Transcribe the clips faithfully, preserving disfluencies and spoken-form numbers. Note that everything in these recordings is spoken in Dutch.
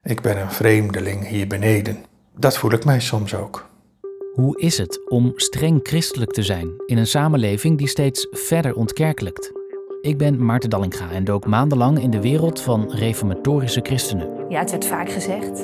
Ik ben een vreemdeling hier beneden. Dat voel ik mij soms ook. Hoe is het om streng christelijk te zijn in een samenleving die steeds verder ontkerkelijkt? Ik ben Maarten Dallinga en dook maandenlang in de wereld van reformatorische christenen. Ja, het werd vaak gezegd.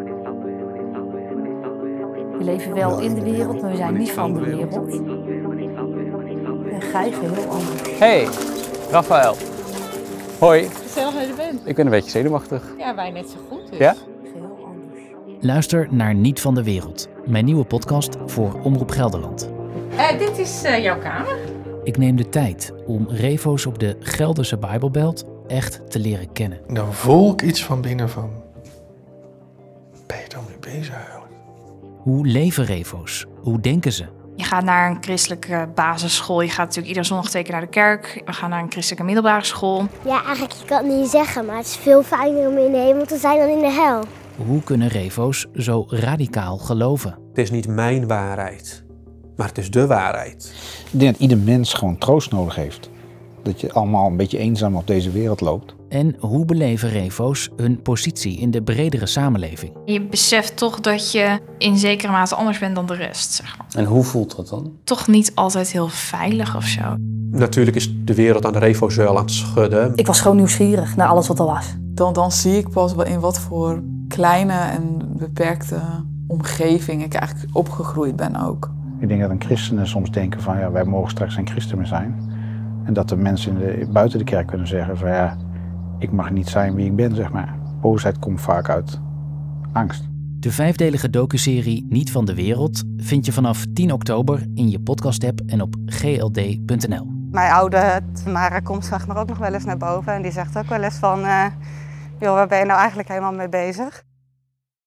We leven wel in de wereld, maar we zijn niet van de wereld. En Gijs heel anders. Hey, Rafael. Hoi. Gezellig dat je er bent. Ik ben een beetje zenuwachtig. Ja, wij net zo goed dus. Ja? Heel anders. Luister naar Niet van de Wereld, mijn nieuwe podcast voor Omroep Gelderland. Uh, dit is uh, jouw kamer. Ik neem de tijd om revo's op de Gelderse Bijbelbelt echt te leren kennen. Dan voel ik iets van binnen van... Ben je dan mee bezig eigenlijk? Hoe leven revo's? Hoe denken ze? Je gaat naar een christelijke basisschool. Je gaat natuurlijk iedere zondag twee keer naar de kerk. We gaan naar een christelijke middelbare school. Ja, eigenlijk je kan het niet zeggen, maar het is veel fijner om in de hemel te zijn dan in de hel. Hoe kunnen revo's zo radicaal geloven? Het is niet mijn waarheid, maar het is de waarheid. Ik denk dat ieder mens gewoon troost nodig heeft. Dat je allemaal een beetje eenzaam op deze wereld loopt. En hoe beleven revo's hun positie in de bredere samenleving? Je beseft toch dat je in zekere mate anders bent dan de rest, zeg maar. En hoe voelt dat dan? Toch niet altijd heel veilig of zo. Natuurlijk is de wereld aan de refozuil aan het schudden. Ik was gewoon nieuwsgierig naar alles wat er was. Dan, dan zie ik pas wel in wat voor kleine en beperkte omgeving ik eigenlijk opgegroeid ben ook. Ik denk dat een christenen soms denken van ja, wij mogen straks geen christen meer zijn. En dat de mensen in de, buiten de kerk kunnen zeggen van ja, ik mag niet zijn wie ik ben, zeg maar. Boosheid komt vaak uit angst. De vijfdelige docuserie Niet van de Wereld vind je vanaf tien oktober in je podcast-app en op g l d punt n l. Mijn oude Tamara komt zeg maar ook nog wel eens naar boven en die zegt ook wel eens van, uh, joh, waar ben je nou eigenlijk helemaal mee bezig?